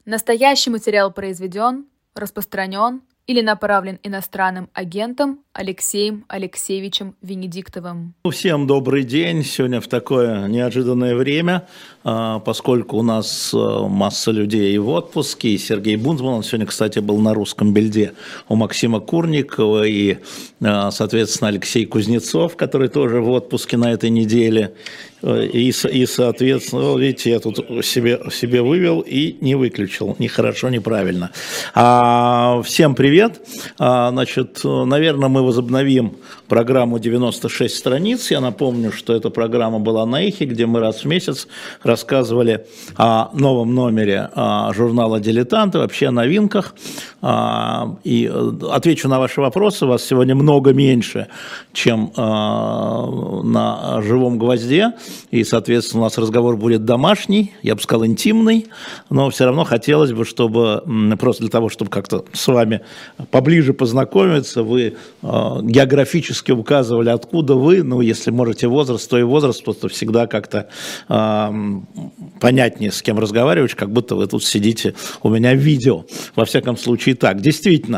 Настоящий материал произведен, распространен или направлен иностранным агентом Алексеем Алексеевичем Венедиктовым. Всем добрый день. Сегодня в такое неожиданное время, поскольку у нас масса людей в отпуске, и Сергей Бунцман, он сегодня, кстати, был на русском бельде у Максима Курникова, и, соответственно, Алексей Кузнецов, который тоже в отпуске на этой неделе. И соответственно, видите, я тут себе вывел и не выключил. Ни хорошо, ни правильно. Всем привет. Значит, наверное, мы возобновим программу «96 страниц». Я напомню, что эта программа была на Эхе, где мы раз в месяц рассказывали о новом номере журнала «Дилетанты», вообще о новинках. И отвечу на ваши вопросы. Вас сегодня много меньше, чем на «Живом гвозде». И, соответственно, у нас разговор будет домашний, я бы сказал, интимный, но все равно хотелось бы, чтобы, просто для того, чтобы как-то с вами поближе познакомиться, вы географически указывали, откуда вы, ну, если можете возраст, то и возраст, просто всегда как-то понятнее, с кем разговаривать, как будто вы тут сидите у меня в видео. Во всяком случае так. Действительно,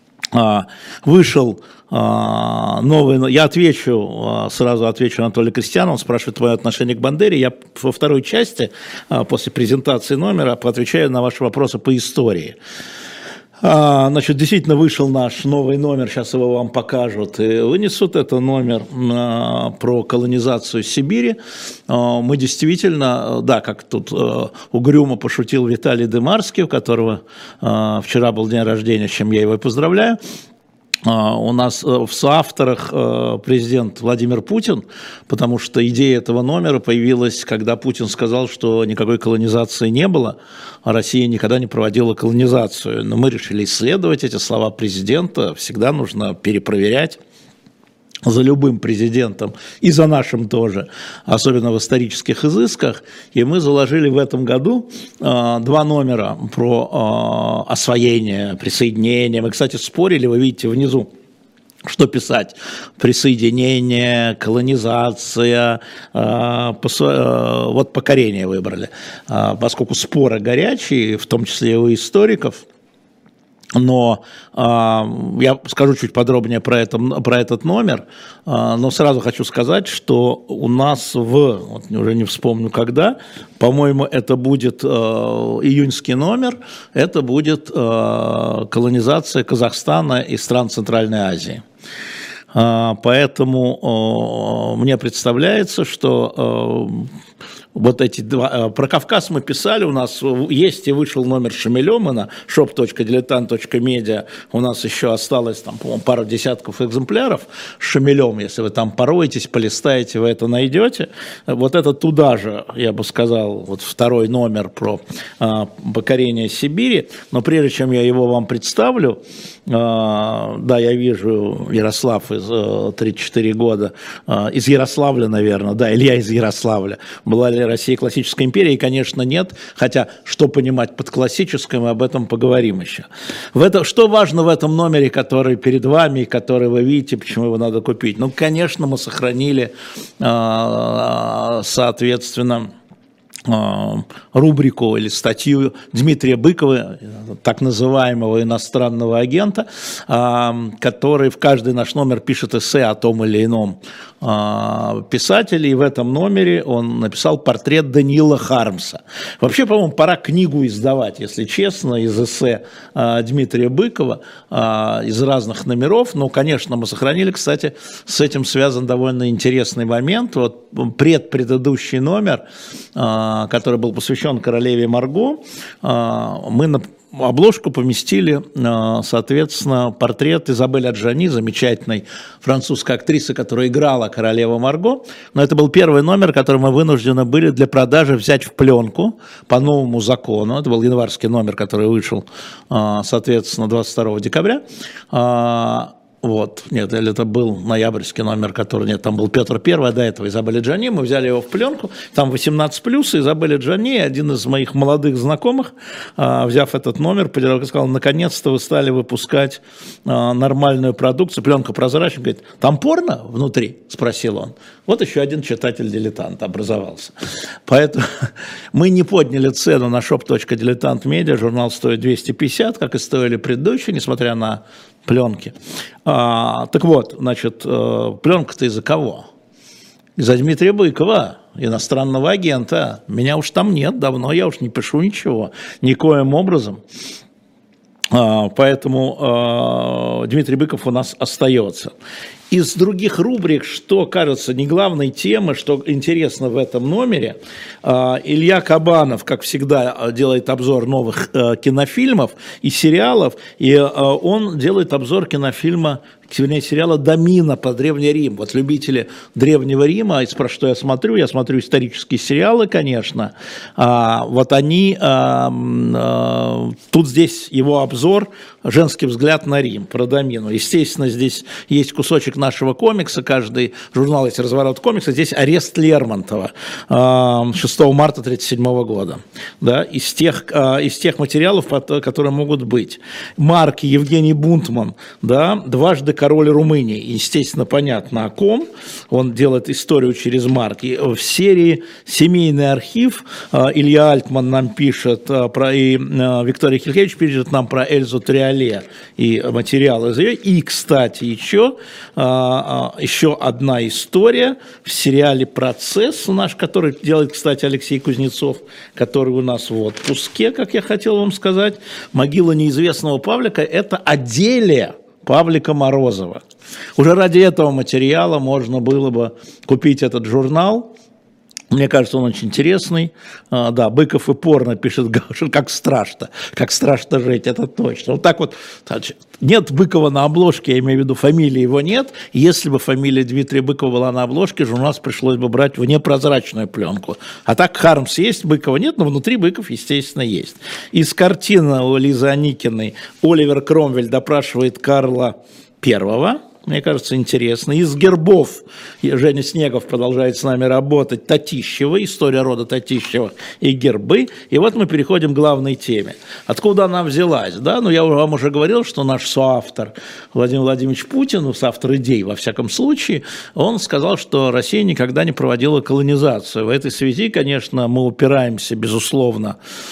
вышел новый, я сразу отвечу Анатолию Крестьяну, он спрашивает твое отношение к Бандере, я во второй части, после презентации номера, поотвечаю на ваши вопросы по истории. Значит, действительно вышел наш новый номер, сейчас его вам покажут, и вынесут. Это номер про колонизацию Сибири. Мы действительно, да, как тут угрюмо пошутил Виталий Дымарский, у которого вчера был день рождения, с чем я его и поздравляю. У нас в соавторах президент Владимир Путин, потому что идея этого номера появилась, когда Путин сказал, что никакой колонизации не было, а Россия никогда не проводила колонизацию. Но мы решили исследовать эти слова президента, всегда нужно перепроверять за любым президентом и за нашим тоже, особенно в исторических изысках. И мы заложили в этом году два номера про освоение, присоединение. Мы, кстати, спорили, вы видите внизу, что писать: присоединение, колонизация, вот покорение выбрали, поскольку споры горячие, в том числе и у историков. Но я скажу чуть подробнее про этот номер, но сразу хочу сказать, что у нас вот уже не вспомню когда, по-моему, это будет июньский номер, это будет колонизация Казахстана и стран Центральной Азии. Поэтому мне представляется, что вот эти два, про Кавказ мы писали, у нас есть и вышел номер Шамилемана, shop.diletant.media, у нас еще осталось там, по-моему, пару десятков экземпляров с Шамилем, если вы там пороетесь, полистаете, вы это найдете. Вот это туда же, я бы сказал, вот второй номер про покорение Сибири, но прежде чем я его вам представлю, да, я вижу Ярослав из 34 года, из Ярославля, наверное, да, Илья из Ярославля. Была ли Россия классической империей? Конечно, нет, хотя что понимать под классической, мы об этом поговорим еще. Что важно в этом номере, который перед вами, который вы видите, почему его надо купить? Ну, конечно, мы сохранили, соответственно, рубрику или статью Дмитрия Быкова, так называемого иностранного агента, который в каждый наш номер пишет эссе о том или ином писателе, и в этом номере он написал портрет Даниила Хармса. Вообще, по-моему, пора книгу издавать, если честно, из эссе Дмитрия Быкова, из разных номеров, но, конечно, мы сохранили, кстати, с этим связан довольно интересный момент. Вот предыдущий номер, который был посвящен королеве Марго, мы на обложку поместили, соответственно, портрет Изабель Аджани, замечательной французской актрисы, которая играла королеву Марго. Но это был первый номер, который мы вынуждены были для продажи взять в пленку по новому закону. Это был январский номер, который вышел, соответственно, 22 декабря. вот, нет, или это был ноябрьский номер, который, нет, там был Петр I, а до этого Изабелла Джанни, мы взяли его в пленку, там 18+, и Изабелла Джанни, один из моих молодых знакомых, взяв этот номер, сказал, наконец-то вы стали выпускать нормальную продукцию, пленка прозрачная, говорит, там порно внутри, спросил он. Вот еще один читатель-дилетант образовался. Поэтому мы не подняли цену на shop.diletantmedia, журнал стоит 250, как и стоили предыдущие, несмотря на пленки. Так вот, значит, пленка-то из-за кого? Из-за Дмитрия Быкова, иностранного агента. Меня уж там нет давно, я уж не пишу ничего, никоим образом. Поэтому Дмитрий Быков у нас остается. Из других рубрик, что кажется не главной темой, что интересно в этом номере, Илья Кабанов, как всегда, делает обзор новых кинофильмов и сериалов, и он делает обзор кинофильма, вернее, сериала «Домина» по Древний Рим. Вот любители Древнего Рима, про что я смотрю исторические сериалы, конечно, вот они, тут здесь его обзор «Женский взгляд на Рим» про Домину. Естественно, здесь есть кусочек нашего комикса, каждый журнал есть разворот комикса, здесь «Арест Лермонтова» 6 марта 1937 года, да, из тех материалов, которые могут быть. Марк Евгений Бунтман, да, дважды король Румынии, естественно, понятно о ком, он делает историю через Марк. И в серии «Семейный архив» Илья Альтман нам пишет и Виктория Хилькевич пишет нам про Эльзу Триоле и материалы из ее. И, кстати, еще одна история в сериале «Процесс» наш, который делает, кстати, Алексей Кузнецов, который у нас в отпуске, как я хотел вам сказать. «Могила неизвестного Павлика» – это Аделия Павлика Морозова. Уже ради этого материала можно было бы купить этот журнал. Мне кажется, он очень интересный. Да, Быков и порно, пишет Гаушин, как страшно жить, это точно. Вот так вот, нет Быкова на обложке, я имею в виду, фамилии его нет. Если бы фамилия Дмитрия Быкова была на обложке, журнал пришлось бы брать в непрозрачную пленку. А так Хармс есть, Быкова нет, но внутри Быков, естественно, есть. Из картины у Лизы Аникиной Оливер Кромвель допрашивает Карла I. Мне кажется, интересно. Из гербов Женя Снегов продолжает с нами работать. Татищева, история рода Татищева и гербы. И вот мы переходим к главной теме. Откуда она взялась? Да? Ну, я вам уже говорил, что наш соавтор Владимир Владимирович Путин, соавтор идей во всяком случае, он сказал, что Россия никогда не проводила колонизацию. В этой связи, конечно, мы упираемся, безусловно,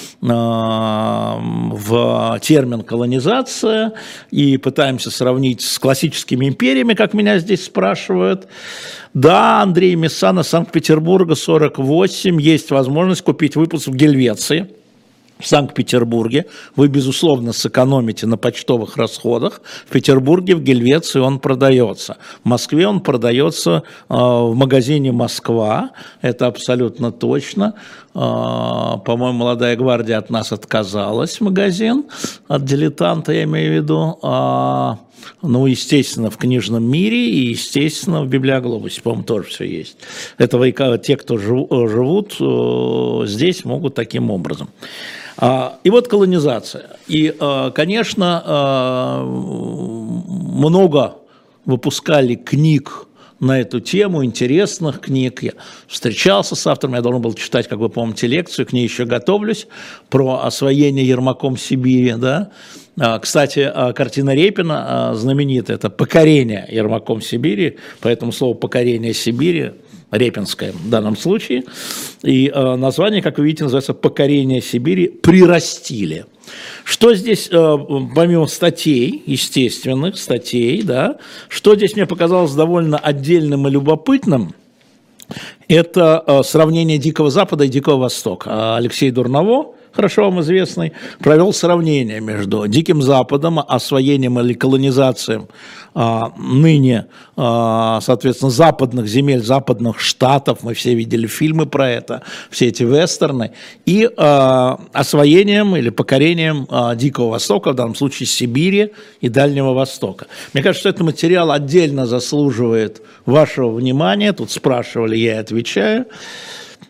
в термин колонизация и пытаемся сравнить с классическими империями, как меня здесь спрашивают. Да, Андрей Мессана, Санкт-Петербурга, 48, есть возможность купить выпуск в Гельвеции. В Санкт-Петербурге вы, безусловно, сэкономите на почтовых расходах. В Петербурге, в Гельвеции он продается. В Москве он продается в магазине «Москва». Это абсолютно точно. По-моему, «Молодая гвардия» от нас отказалась, магазин, от «Дилетанта», я имею в виду. Ну, естественно, в книжном мире и, естественно, в «Библиоглобусе», по-моему, тоже все есть. Это те, кто живут здесь, могут таким образом. И вот колонизация. И, конечно, много выпускали книг на эту тему, интересных книг. Я встречался с автором, я должен был читать, как вы помните, лекцию, к ней еще готовлюсь, про освоение Ермаком Сибири, да. Кстати, картина Репина знаменитая, это «Покорение Ермаком Сибири», поэтому слово «покорение Сибири» репинское в данном случае, и название, как вы видите, называется «Покорение Сибири» прирастили. Что здесь, помимо статей, естественных статей, да, что здесь мне показалось довольно отдельным и любопытным, это сравнение Дикого Запада и Дикого Востока. Алексей Дурново, хорошо вам известный, провел сравнение между Диким Западом, освоением или колонизацией ныне, соответственно, западных земель, западных штатов, мы все видели фильмы про это, все эти вестерны, и освоением или покорением Дикого Востока, в данном случае Сибири и Дальнего Востока. Мне кажется, что этот материал отдельно заслуживает вашего внимания, тут спрашивали, я и отвечаю.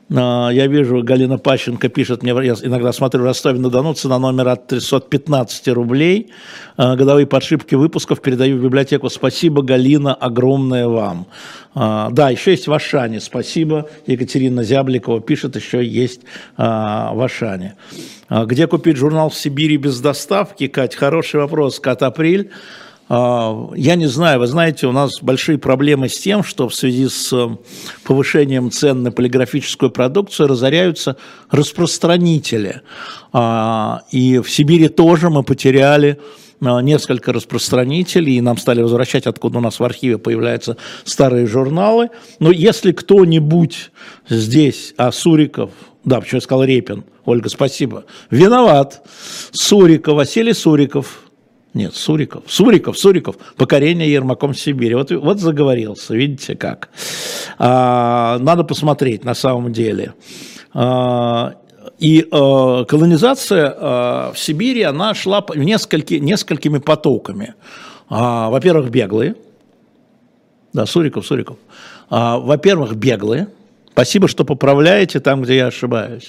Я вижу, Галина Пащенко пишет мне, я иногда смотрю в Ростове-на-Дону, цена номера от 315 рублей. Годовые подшивки выпусков передаю в библиотеку. Спасибо, Галина, огромное вам. Да, еще есть в Ашане. Спасибо, Екатерина Зябликова пишет, еще есть в Ашане. Где купить журнал «В Сибири» без доставки, Кать? Хороший вопрос, Кат Апрель. Я не знаю, вы знаете, у нас большие проблемы с тем, что в связи с повышением цен на полиграфическую продукцию разоряются распространители. И в Сибири тоже мы потеряли несколько распространителей, и нам стали возвращать, откуда у нас в архиве появляются старые журналы. Но если кто-нибудь здесь, Суриков, да, почему я сказал Репин, Ольга, спасибо, виноват, Суриков, Василий Суриков, нет, Суриков, покорение Ермаком Сибири. Вот заговорился, видите как. Надо посмотреть на самом деле. И колонизация в Сибири, она шла несколькими потоками. Во-первых, беглые. Да, Суриков. Во-первых, беглые. Спасибо, что поправляете там, где я ошибаюсь.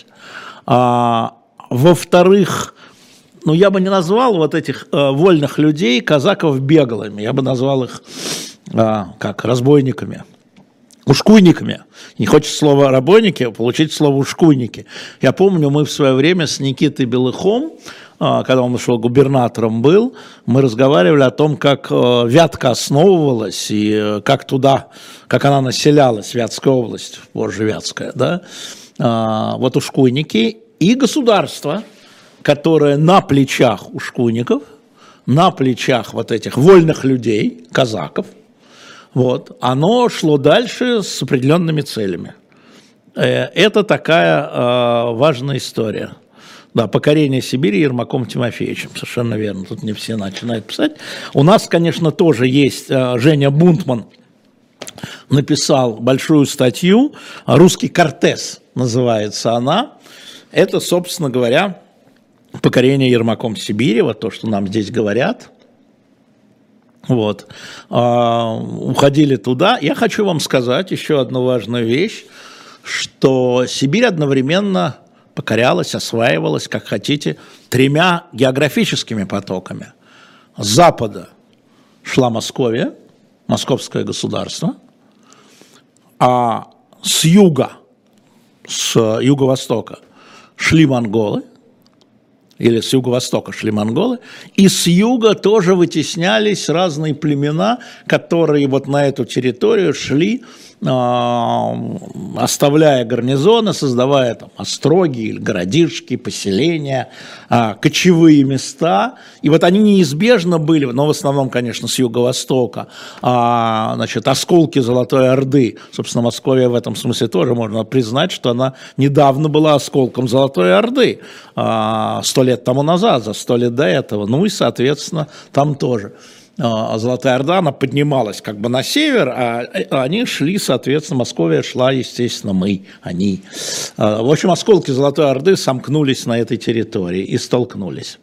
Во-вторых, я бы не назвал вот этих вольных людей, казаков, беглыми. Я бы назвал их, разбойниками. Ушкуйниками. Не хочется слово «рабойники», получить слово «ушкуйники». Я помню, мы в свое время с Никитой Белыхом, когда он шел губернатором был, мы разговаривали о том, как Вятка основывалась и как она населялась, Вятская область, позже Вятская, да? Вот ушкуйники и государство, которое на плечах ушкуйников, на плечах вот этих вольных людей, казаков, оно шло дальше с определенными целями. Это такая важная история. Да, покорение Сибири Ермаком Тимофеевичем, совершенно верно, тут не все начинают писать. У нас, конечно, тоже есть Женя Бунтман, написал большую статью, «Русский Кортес» называется она. Это, собственно говоря, покорение Ермаком Сибири, вот то, что нам здесь говорят. Уходили туда. Я хочу вам сказать еще одну важную вещь, что Сибирь одновременно покорялась, осваивалась, как хотите, 3 географическими потоками. С запада шла Московия, Московское государство, а с юга, с юго-востока шли монголы, или с юго-востока шли монголы, и с юга тоже вытеснялись разные племена, которые на эту территорию шли, оставляя гарнизоны, создавая там остроги, или городишки, поселения, кочевые места. И они неизбежно были, но в основном, конечно, с юго-востока, осколки Золотой Орды. Собственно, Московия в этом смысле тоже можно признать, что она недавно была осколком Золотой Орды, 100 лет тому назад, за 100 лет до этого. И, соответственно, там тоже. Золотая Орда, она поднималась на север, а они шли, соответственно, Московия шла, естественно, они. В общем, осколки Золотой Орды сомкнулись на этой территории и столкнулись.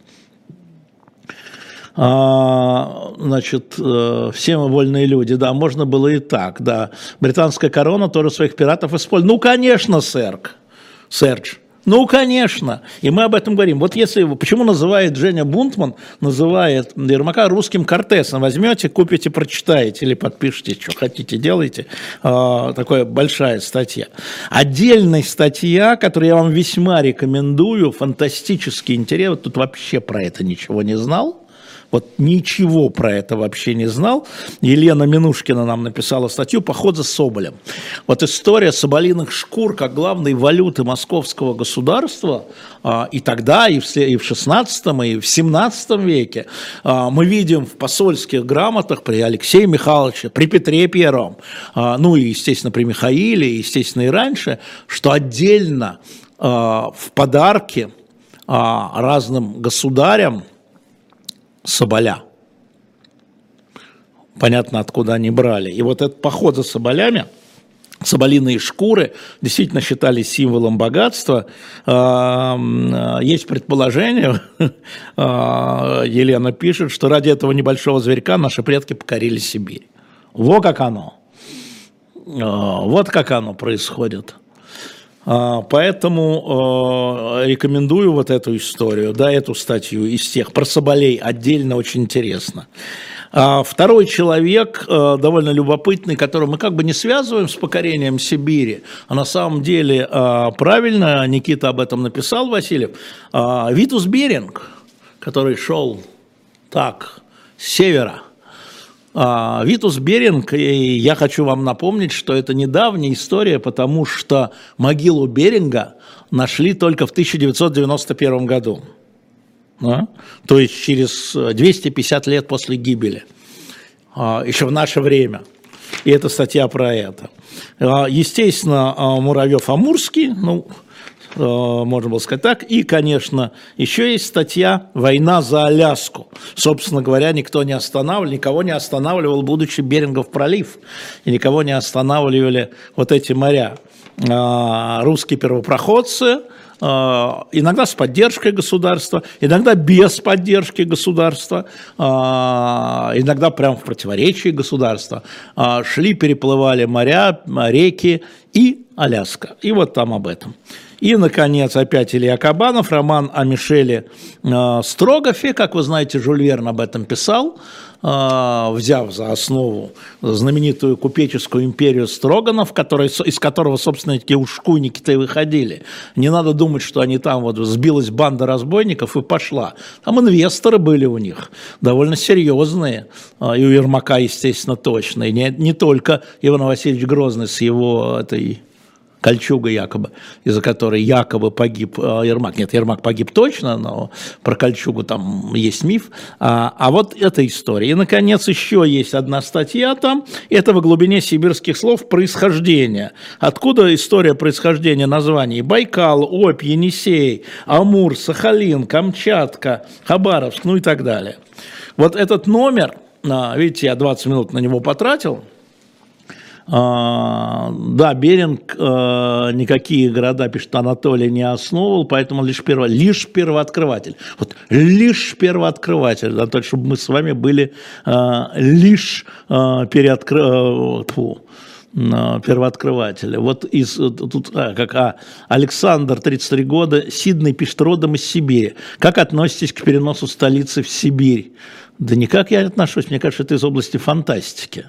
Все мы вольные люди, да, можно было и так, да. Британская корона тоже своих пиратов использует. Конечно, Серж. Конечно, и мы об этом говорим. Почему называет Женя Бунтман, называет Ермака русским Кортесом? Возьмете, купите, прочитаете или подпишите, что хотите, делайте. Такая большая статья. Отдельная статья, которую я вам весьма рекомендую, фантастически интересно, тут вообще про это ничего не знал. Ничего про это вообще не знал. Елена Минушкина нам написала статью «Поход за Соболем». История соболиных шкур как главной валюты московского государства и тогда, и в XVI, и в XVII веке мы видим в посольских грамотах при Алексее Михайловиче, при Петре Первом, и, естественно, при Михаиле, и, естественно, и раньше, что отдельно в подарки разным государям соболя. Понятно, откуда они брали. И этот поход за соболями, соболиные шкуры, действительно считались символом богатства. Есть предположение, Елена пишет, что ради этого небольшого зверька наши предки покорили Сибирь. Вот как оно происходит. Поэтому рекомендую вот эту историю, да, эту статью из тех. Про соболей отдельно очень интересно. Второй человек, довольно любопытный, которого мы как бы не связываем с покорением Сибири, а на самом деле правильно Никита об этом написал, Васильев, Витус Беринг, который шел так с севера. Витус Беринг, и я хочу вам напомнить, что это недавняя история, потому что могилу Беринга нашли только в 1991 году. Да? То есть через 250 лет после гибели, еще в наше время. И это статья про это. Естественно, Муравьев-Амурский, ну, можно было сказать так. И, конечно, еще есть статья «Война за Аляску». Собственно говоря, никого не останавливал, будучи Берингов пролив, и никого не останавливали вот эти моря. Русские первопроходцы, иногда с поддержкой государства, иногда без поддержки государства, иногда прямо в противоречии государства, шли, переплывали моря, реки и Аляска. И вот там об этом. И, наконец, опять Илья Кабанов, роман о Мишеле Строгафе. Как вы знаете, Жюль Верн об этом писал, взяв за основу знаменитую купеческую империю Строганов, из которого, собственно, эти ушкуйники-то и выходили. Не надо думать, что они там вот сбилась банда разбойников и пошла. Там инвесторы были у них, довольно серьезные, и у Ермака, естественно, точно. И не только Иван Васильевич Грозный с его этой... Кольчуга якобы, из-за которой якобы погиб Ермак. Нет, Ермак погиб точно, но про Кольчугу там есть миф. А вот эта история. И, наконец, еще есть одна статья там. Это «Во глубине сибирских слов происхождение». Откуда история происхождения названий? Байкал, Обь, Енисей, Амур, Сахалин, Камчатка, Хабаровск, ну и так далее. Вот этот номер, видите, я 20 минут на него потратил. Да, Беринг никакие города, пишет Анатолий, не основывал, поэтому лишь первооткрыватель. Вот лишь первооткрыватель, Анатолий, чтобы мы с вами были лишь первооткрыватели. Вот Александр, 33 года, Сидней пишет, родом из Сибири. Как относитесь к переносу столицы в Сибирь? Да никак я отношусь, мне кажется, это из области фантастики.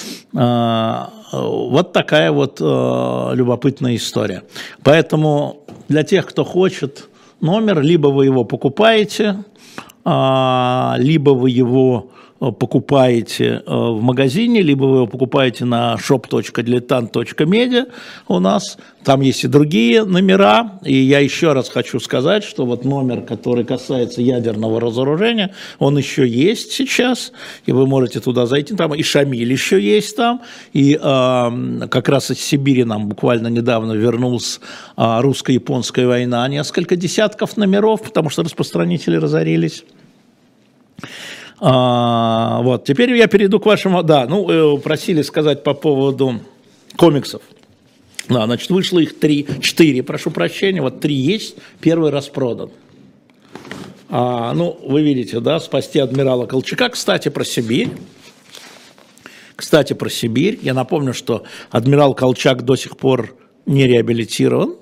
Вот такая вот любопытная история. Поэтому для тех, кто хочет номер, либо вы его покупаете, либо вы его покупаете в магазине, либо вы его покупаете на shop.diletant.media у нас. Там есть и другие номера. И я еще раз хочу сказать, что вот номер, который касается ядерного разоружения, он еще есть сейчас. И вы можете туда зайти. Там и Шамиль еще есть там. И как раз из Сибири нам буквально недавно вернулась русско-японская война. Несколько десятков номеров, потому что распространители разорились. Вот, теперь я перейду к вашему, просили сказать по поводу комиксов. Да, значит, вышло их 4, прошу прощения, вот 3 есть, первый распродан. Вы видите, да, «Спасти адмирала Колчака», кстати, про Сибирь. Я напомню, что адмирал Колчак до сих пор не реабилитирован.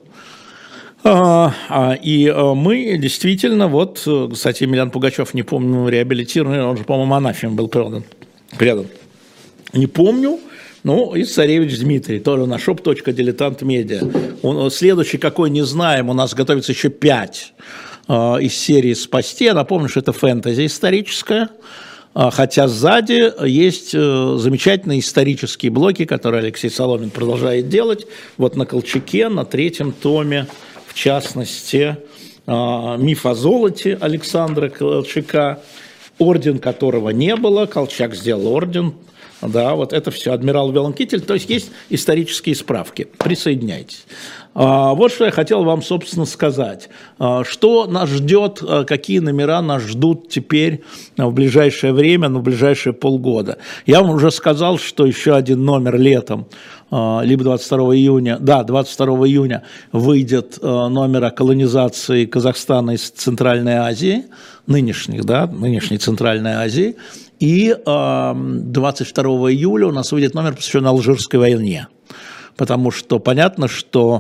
И мы действительно, вот, кстати, Емельян Пугачев, не помню, реабилитирован, он же, по-моему, анафем был предан. Не помню, и царевич Дмитрий, тоже на shop.diletant.media. Следующий какой, не знаем, у нас готовится еще 5 из серии «Спасти». Я напомню, что это фэнтези историческая. Хотя сзади есть замечательные исторические блоки, которые Алексей Соломин продолжает делать. Вот на Колчаке, на 3-м томе, в частности, «Миф о золоте» Александра Колчака, орден которого не было, Колчак сделал орден. Да, вот это все, адмирал Велонкитель, то есть исторические справки. Присоединяйтесь. Вот что я хотел вам, собственно, сказать. Что нас ждет, какие номера нас ждут теперь в ближайшее время, в ближайшие полгода. Я вам уже сказал, что еще один номер летом, либо 22 июня, 22 июня выйдет номер о колонизации Казахстана из Центральной Азии, нынешней Центральной Азии. И 22 июля у нас выйдет номер, посвященный Алжирской войне. Потому что понятно, что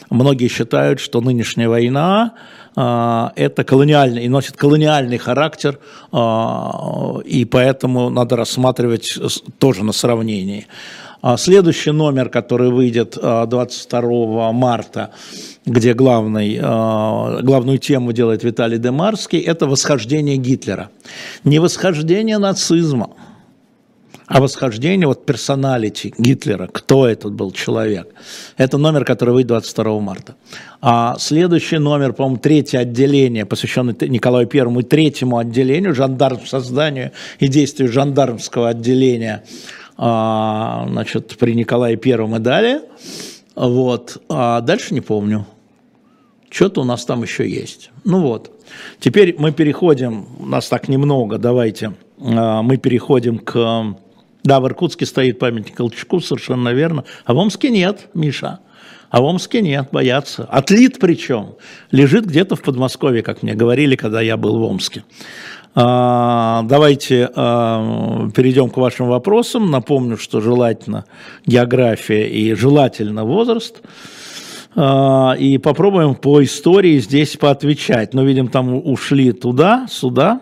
многие считают, что нынешняя война это колониальный и носит колониальный характер, и поэтому надо рассматривать тоже на сравнении. Следующий номер, который выйдет 22 марта, где главную тему делает Виталий Демарский, это восхождение Гитлера. Не восхождение нацизма, а восхождение персоналити Гитлера, кто этот был человек. Это номер, который выйдет 22 марта. А следующий номер, по-моему, третье отделение, посвященный Николаю Первому и третьему отделению, созданию и действию жандармского отделения, значит, при Николае Первом и далее. А дальше не помню. Что-то у нас там еще есть. Теперь мы переходим, у нас так немного, давайте, мы переходим к... Да, в Иркутске стоит памятник Колчаку, совершенно верно. А в Омске нет, Миша. А в Омске нет, боятся. Отлит причем. Лежит где-то в Подмосковье, как мне говорили, когда я был в Омске. Давайте перейдем к вашим вопросам. Напомню, что желательно география и желательно возраст. И попробуем по истории здесь поотвечать. Но, видим, там ушли сюда.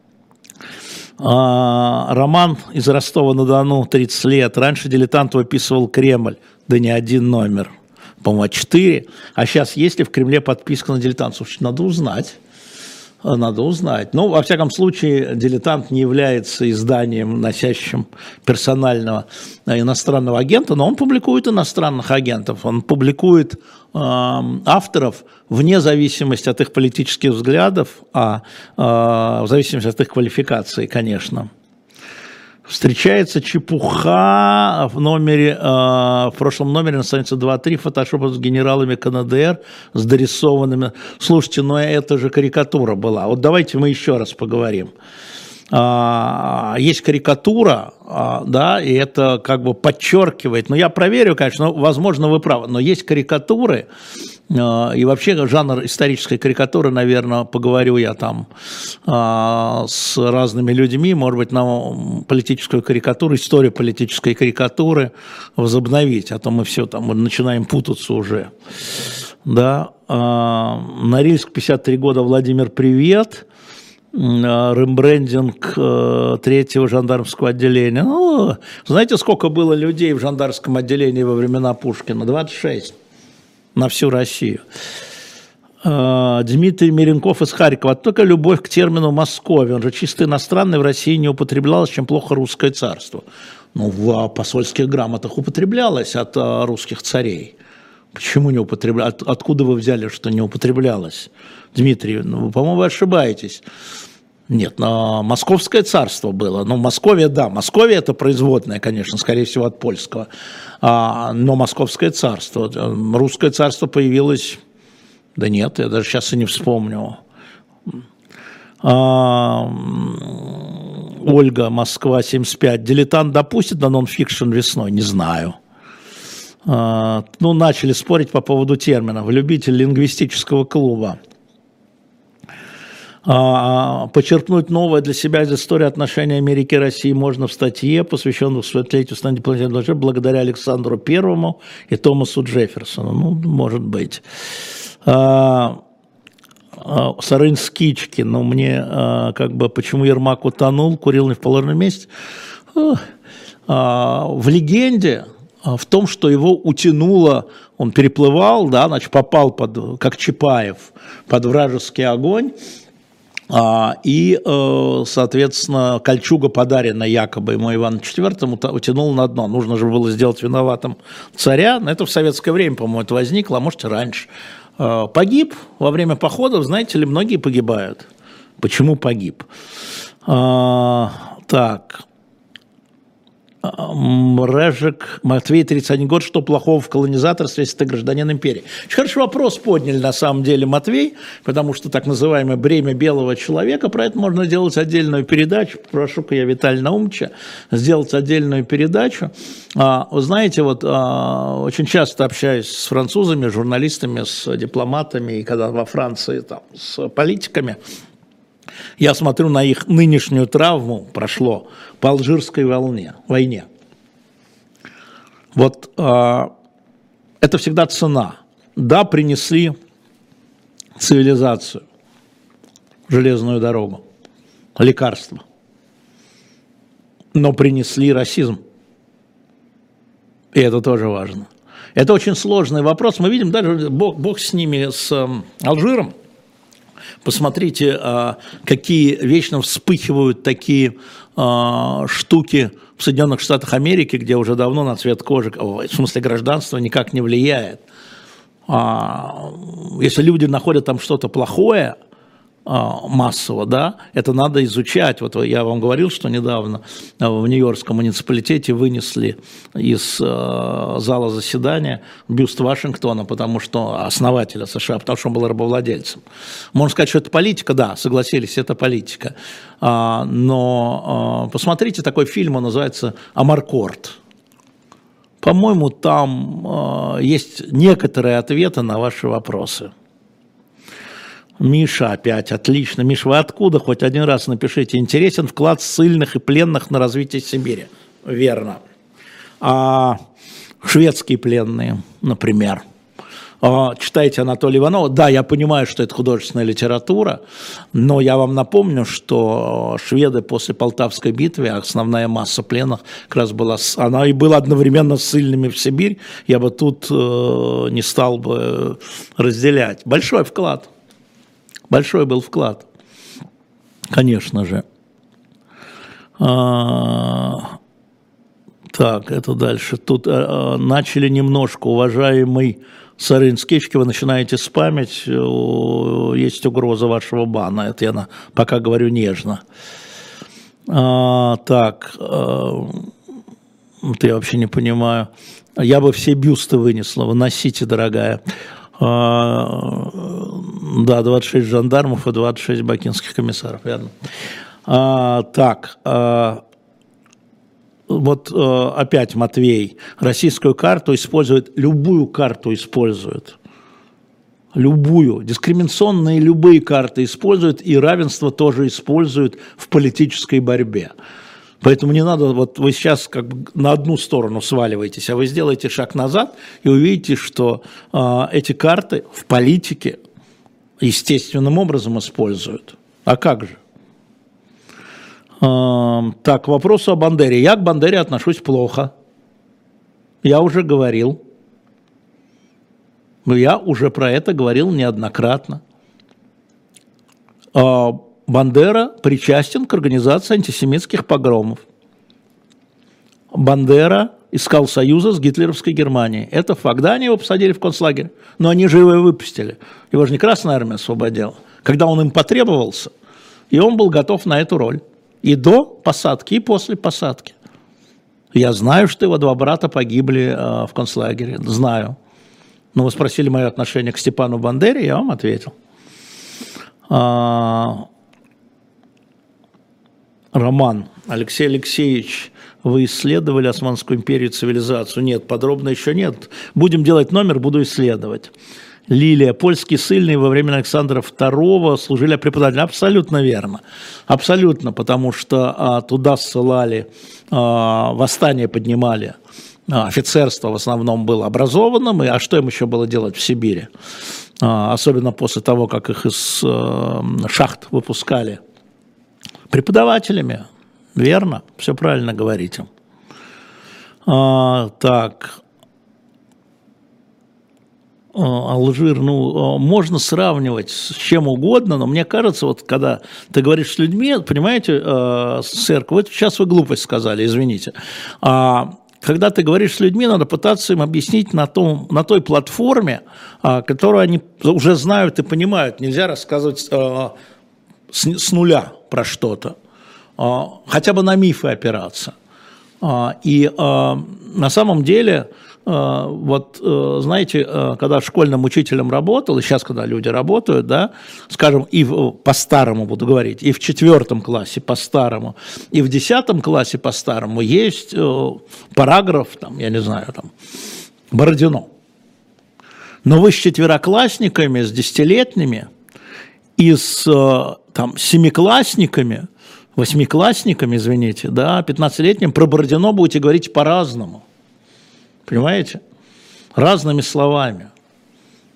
Роман из Ростова-на-Дону, 30 лет. Раньше дилетант выписывал Кремль. Да не один номер. По-моему, 4. А сейчас есть ли в Кремле подписка на дилетант? Слушайте, надо узнать. Во всяком случае, «Дилетант» не является изданием, носящим персонального иностранного агента, но он публикует иностранных агентов, он публикует авторов вне зависимости от их политических взглядов, в зависимости от их квалификации, конечно. Встречается чепуха в прошлом номере на странице 2-3, фотошоп с генералами КНДР, с дорисованными. Слушайте, это же карикатура была. Давайте мы еще раз поговорим. Есть карикатура, да, и это подчеркивает. Я проверю, конечно, возможно, вы правы, но есть карикатуры, и вообще жанр исторической карикатуры, наверное, поговорю я там с разными людьми, может быть, нам политическую карикатуру, историю политической карикатуры возобновить, а то мы все там начинаем путаться уже. Да. Норильск, 53 года, Владимир, привет. Рембрендинг 3-го жандармского отделения. Знаете, сколько было людей в жандармском отделении во времена Пушкина? 26 на всю Россию. Дмитрий Миренков из Харькова. Только любовь к термину «Московия». Он же чисто иностранный, в России не употреблялось, чем плохо русское царство. В посольских грамотах употреблялось от русских царей. Почему не употреблялось? Откуда вы взяли, что не употреблялось? Дмитрий, по-моему, вы ошибаетесь. Нет, Московское царство было. Московия, да, Московия это производная, конечно, скорее всего, от польского. Но Московское царство. Русское царство появилось... Да нет, я даже сейчас и не вспомню. Ольга, Москва, 75. Дилетант допустит на нон-фикшн весной? Не знаю. Начали спорить по поводу терминов. Любитель лингвистического клуба. Почерпнуть новое для себя из истории отношений Америки и России можно в статье, посвященной 200-летию становления дипломатического благодаря Александру Первому и Томасу Джефферсону. Может быть. Сарын Скички, мне почему Ермак утонул, курил не в положенном месте. В легенде в том, что его утянуло, он переплывал, да, попал как Чапаев под вражеский огонь. И, соответственно, кольчуга, подаренная якобы ему Ивану IV, утянула на дно. Нужно же было сделать виноватым царя. Но это в советское время, по-моему, это возникло, а может и раньше. Погиб во время походов, знаете ли, многие погибают. Почему погиб? Так. Мрежик, Матвей, 31 год, что плохого в колонизаторстве, если ты гражданин империи? Очень хороший вопрос подняли на самом деле, Матвей, потому что так называемое бремя белого человека, про это можно делать отдельную передачу, прошу-ка я Виталия Наумовича сделать отдельную передачу. Вы знаете, очень часто общаюсь с французами, журналистами, с дипломатами, и когда во Франции с политиками, я смотрю на их нынешнюю травму, прошло по Алжирской войне. Это всегда цена. да, принесли цивилизацию, железную дорогу, лекарства, но принесли расизм. И это тоже важно. Это очень сложный вопрос. Мы видим, даже бог с ними, с Алжиром. Посмотрите, какие вечно вспыхивают такие штуки в Соединенных Штатах Америки, где уже давно на цвет кожи, в смысле гражданства, никак не влияет. Если люди находят там что-то плохое, массово, да, это надо изучать. Вот я вам говорил, что недавно в Нью-Йоркском муниципалитете вынесли из зала заседания бюст Вашингтона, потому что основателя США, потому что он был рабовладельцем. Можно сказать, что это политика, да, согласились, это политика. Но посмотрите, такой фильм, он называется «Амаркорд». По-моему, там есть некоторые ответы на ваши вопросы. Миша опять, отлично. Миша, вы откуда? Хоть один раз напишите. Интересен вклад ссыльных и пленных на развитие Сибири. Верно. Шведские пленные, например. Читайте Анатолия Иванова. Да, я понимаю, что это художественная литература, но я вам напомню, что шведы после Полтавской битвы, основная масса пленных как раз была, она и была одновременно ссыльными в Сибирь. Я бы тут не стал бы разделять. Большой вклад. Большой был вклад, конечно же. Так, это дальше. Тут начали немножко, уважаемый Сарынскички, вы начинаете спамить, есть угроза вашего бана. Это я пока говорю нежно. Так, это я вообще не понимаю. Я бы все бюсты вынесла, выносите, дорогая. Да, 26 жандармов и 26 бакинских комиссаров, верно. Так, вот опять Матвей. Российскую карту использует, любую карту использует. Любую. Дискриминационные любые карты используют, и равенство тоже используют в политической борьбе. Поэтому не надо, вот вы сейчас как бы на одну сторону сваливаетесь, а вы сделаете шаг назад и увидите, что эти карты в политике естественным образом используют. А как же? Так, к вопросу о Бандере. Я к Бандере отношусь плохо. Я уже говорил. Я уже про это говорил неоднократно. Бандера причастен к организации антисемитских погромов. Бандера искал союза с гитлеровской Германией. Это факт. Да, они его посадили в концлагерь, но они же его выпустили. Его же не Красная Армия освободила. Когда он им потребовался, и он был готов на эту роль. И до посадки, и после посадки. Я знаю, что его два брата погибли в концлагере. Знаю. Но вы спросили мое отношение к Степану Бандере, я вам ответил. Роман. Алексей Алексеевич, вы исследовали Османскую империю, цивилизацию? Нет, подробно еще нет. Будем делать номер, буду исследовать. Лилия. Польские ссыльные во время Александра II служили преподавателем. Абсолютно верно. Абсолютно, потому что туда ссылали, восстание поднимали. Офицерство в основном было образованным, а что им еще было делать в Сибири? Особенно после того, как их из шахт выпускали. Преподавателями, верно, все правильно говорите. Так, Алжир, ну, можно сравнивать с чем угодно, но мне кажется, вот когда ты говоришь с людьми, понимаете, сэр, вот сейчас вы глупость сказали, извините, когда ты говоришь с людьми, надо пытаться им объяснить на той платформе, которую они уже знают и понимают, нельзя рассказывать с нуля про что-то, хотя бы на мифы опираться. И на самом деле, вот знаете, когда школьным учителем работал, и сейчас, когда люди работают, да, скажем, и по-старому буду говорить, и в 4 классе по-старому, и в 10 классе по-старому есть параграф, там, я не знаю, там, Бородино. Но вы с 4-классниками, с 10-летними, и с там, 7-классниками, 8-классниками, извините, да, 15-летним про Бородино будете говорить по-разному. Понимаете? Разными словами.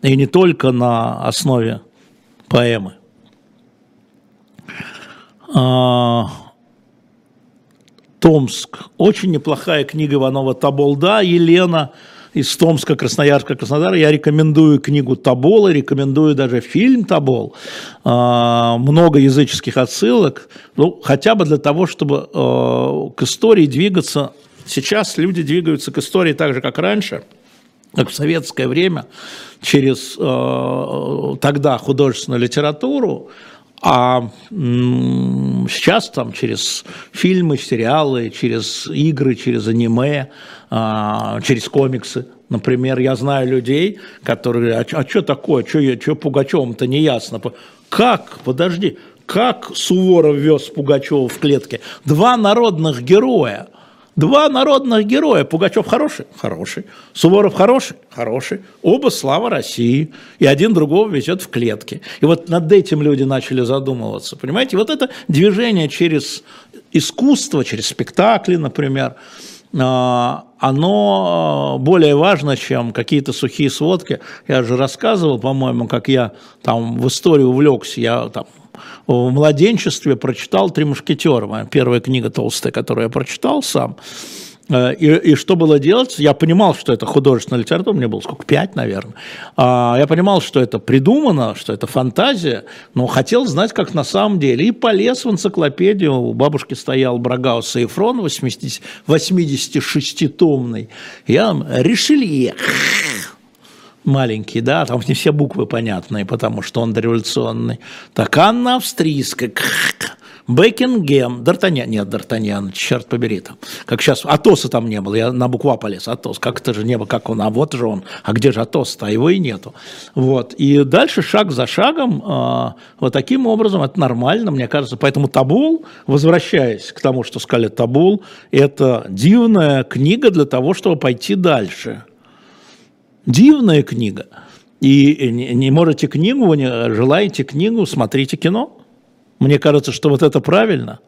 И не только на основе поэмы. Томск. Очень неплохая книга Иванова «Тобол». Да, Елена из Томска, Красноярска, Краснодара. Я рекомендую книгу «Тобол» и рекомендую даже фильм «Тобол». Много языческих отсылок. Ну, хотя бы для того, чтобы к истории двигаться. Сейчас люди двигаются к истории так же, как раньше, как в советское время, через тогда художественную литературу, а сейчас там через фильмы, сериалы, через игры, через аниме, через комиксы. Например, я знаю людей, которые, а что такое, что Пугачевым-то не ясно. Как, подожди, как Суворов вез Пугачева в клетке? Два народных героя. Пугачев хороший? Хороший. Суворов хороший. Оба слава России. И один другого везет в клетки. И вот над этим люди начали задумываться. Понимаете, вот это движение через искусство, через спектакли, например, оно более важно, чем какие-то сухие сводки. Я же рассказывал, по-моему, как я там в историю увлекся. Я там в младенчестве прочитал «Три мушкетера», моя первая книга толстая, которую я прочитал сам. И что было делать? Я понимал, что это художественная литература, мне было сколько, 5, наверное. Я понимал, что это придумано, что это фантазия, но хотел знать, как на самом деле. И полез в энциклопедию. У бабушки стоял Брагаус и Эфрон 86-томный. Я Ришелье. Маленький, да, там не все буквы понятные, потому что он дореволюционный. Так, Анна Австрийская, Бекингем, Д'Артаньян, черт побери там. Как сейчас, Атоса там не было, я на букву А полез, Атос, как это же не было, как он, а вот же он, а где же Атос-то, а его и нету. Вот, и дальше шаг за шагом, вот таким образом, это нормально, мне кажется, поэтому «Тобол», возвращаясь к тому, что сказали «Тобол», это дивная книга для того, чтобы пойти дальше. Дивная книга. И не можете книгу, вы не желаете книгу, смотрите кино. Мне кажется, что вот это правильно.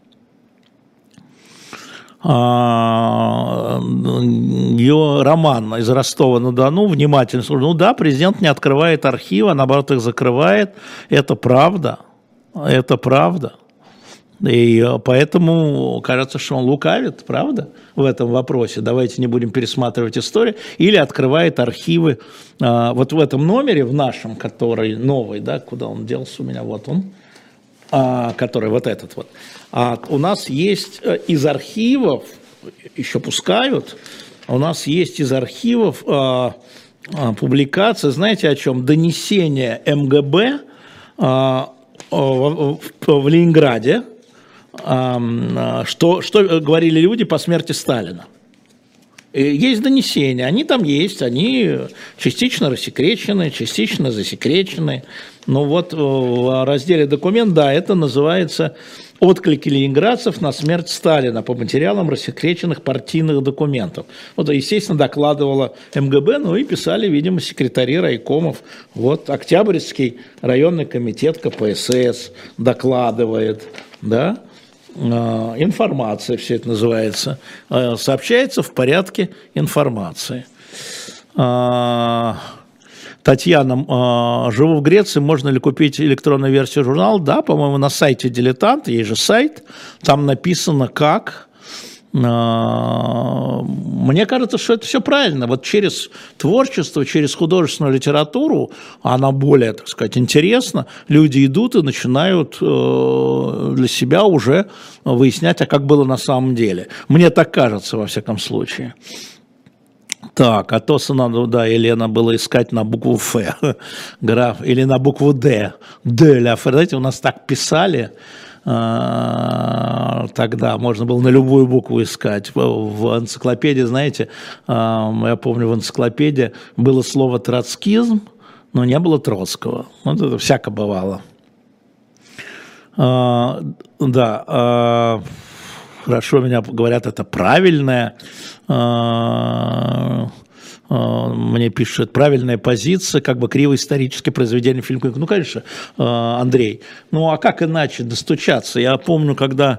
Ее роман из Ростова-на-Дону, внимательно слушаю. Ну да, президент не открывает архивы, а наоборот их закрывает. Это правда. Это правда. И поэтому кажется, что он лукавит, правда, в этом вопросе. Давайте не будем пересматривать историю. Или открывает архивы. Вот в этом номере, в нашем, который новый, да, куда он делся у меня, вот он, который вот этот вот. У нас есть из архивов, еще пускают, у нас есть из архивов публикация, знаете о чем? Донесение МГБ в Ленинграде, что говорили люди по смерти Сталина. Есть донесения, они там есть, они частично рассекречены, частично засекречены. Но вот в разделе «Документ», да, это называется «Отклики ленинградцев на смерть Сталина по материалам рассекреченных партийных документов». Вот, естественно, докладывала МГБ, ну и писали, видимо, секретари райкомов. Вот Октябрьский районный комитет КПСС докладывает, да. Информация, все это называется, сообщается в порядке информации. Татьяна, живу в Греции, можно ли купить электронную версию журнала? Да, по-моему, на сайте «Дилетант», есть же сайт, там написано как. Мне кажется, что это все правильно. Вот через творчество, через художественную литературу, она более, так сказать, интересна. Люди идут и начинают для себя уже выяснять, а как было на самом деле. Мне так кажется, во всяком случае. Так, Атоса надо, да, Елена, было искать на букву «Ф», граф, или на букву «Д». «Д» ля Ф. Знаете, у нас так писали. Тогда можно было на любую букву искать. В энциклопедии, знаете, я помню, в энциклопедии было слово «троцкизм», но не было Троцкого. Вот это всяко бывало. Да, хорошо, меня говорят, это правильное. Мне пишут, правильная позиция, как бы криво историческое произведение, фильм. Ну, конечно, Андрей. Ну, а как иначе достучаться? Я помню, когда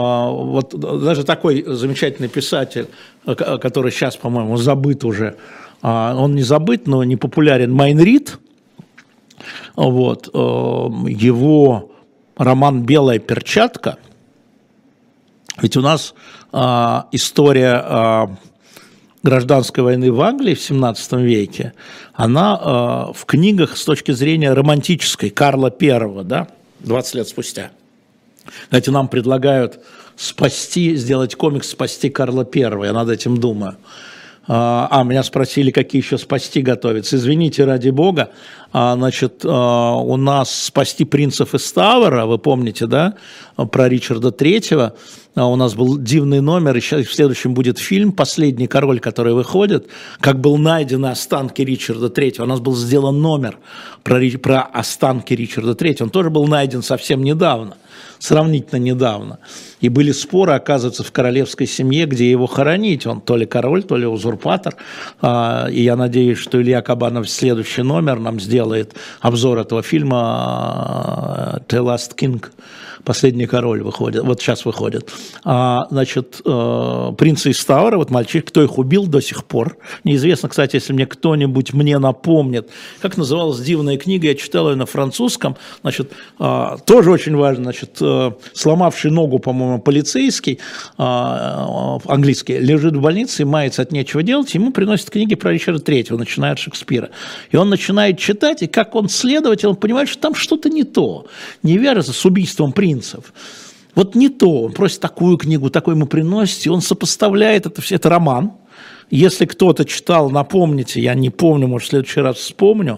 вот даже такой замечательный писатель, который сейчас, по-моему, забыт уже, он не забыт, но не популярен, Майн Рид. Вот, его роман «Белая перчатка». Ведь у нас история гражданской войны в Англии в 17 веке, она в книгах с точки зрения романтической, Карла I, да, 20 лет спустя. Знаете, нам предлагают сделать комикс «Спасти Карла I», я над этим думаю. Меня спросили, какие еще «Спасти» готовятся. Извините, ради бога, значит, у нас «Спасти принцев из Тавера», вы помните, да, про Ричарда III, у нас был дивный номер, и сейчас в следующем будет фильм «Последний король», который выходит, как был найдены останки Ричарда III. У нас был сделан номер про останки Ричарда III, он тоже был найден совсем недавно, сравнительно недавно. И были споры, оказывается, в королевской семье, где его хоронить. Он то ли король, то ли узурпатор. И я надеюсь, что Илья Кабанов в следующий номер нам сделает обзор этого фильма «The Last King». «Последний король» выходит, вот сейчас выходит. Значит, «Принцы из Тавера», вот мальчик, кто их убил до сих пор. Неизвестно, кстати, если мне кто-нибудь напомнит, как называлась дивная книга, я читал ее на французском, значит, тоже очень важно, значит, сломавший ногу, по-моему, полицейский, английский, лежит в больнице и мается от нечего делать, ему приносят книги про Ричарда III, начиная от Шекспира. И он начинает читать, и как он следователь, он понимает, что там что-то не то. Не вяжется с убийством принцев. Вот не то. Он просит такую книгу, такой ему приносит, и он сопоставляет это все. Это роман. Если кто-то читал, напомните, я не помню, может, в следующий раз вспомню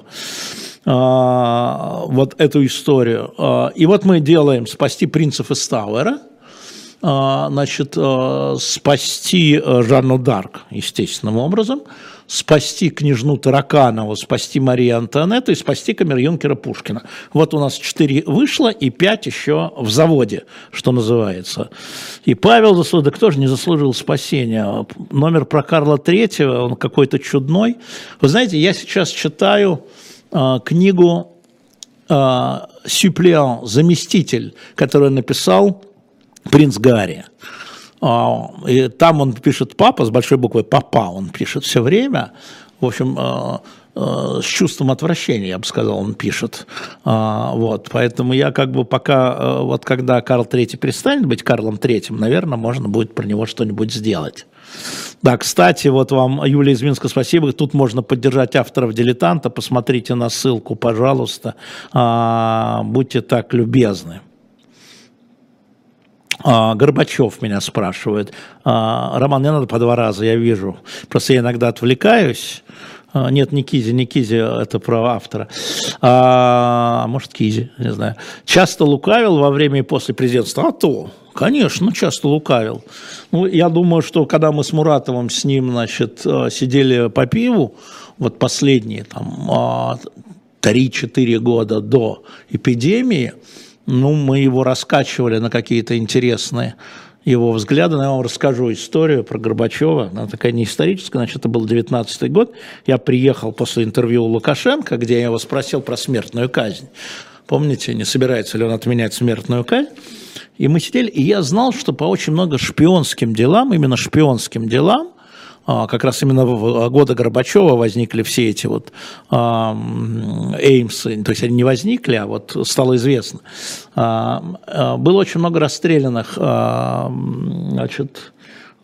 вот эту историю. И вот мы делаем «Спасти принцев из Тауэра», значит, спасти Жанну Дарк естественным образом, спасти княжну Тараканову, спасти Марию Антуанетту и спасти камер-юнкера Пушкина. Вот у нас 4 вышло и 5 еще в заводе, что называется. И Павел заслужил, да кто же не заслужил спасения? Номер про Карла III, он какой-то чудной. Вы знаете, я сейчас читаю книгу «Сюплеон», заместитель, которую написал принц Гарри. И там он пишет «папа» с большой буквы «папа», он пишет все время, в общем, с чувством отвращения, я бы сказал, он пишет. Вот, поэтому я как бы пока, вот когда Карл III перестанет быть Карлом III, наверное, можно будет про него что-нибудь сделать. Да, кстати, вот вам, Юлия из Минска, спасибо. Тут можно поддержать авторов «Дилетанта». Посмотрите на ссылку, пожалуйста. Будьте так любезны. Горбачев меня спрашивает. Роман, мне надо по 2 раза, я вижу. Просто я иногда отвлекаюсь. Нет, не Кизи, это про автора. Может, Кизи, не знаю. Часто лукавил во время и после президентства? Конечно, часто лукавил. Ну, я думаю, что когда мы с Муратовым с ним, значит, сидели по пиву, вот последние там 3-4 года до эпидемии, ну, мы его раскачивали на какие-то интересные его взгляды. Я вам расскажу историю про Горбачева. Она такая не историческая, значит, это был 19-й год. Я приехал после интервью у Лукашенко, где я его спросил про смертную казнь. Помните, не собирается ли он отменять смертную казнь? И мы сидели, и я знал, что по очень много шпионским делам, именно шпионским делам, как раз именно в годы Горбачева возникли все эти вот эймсы, то есть они не возникли, а вот стало известно. Было очень много расстрелянных, значит,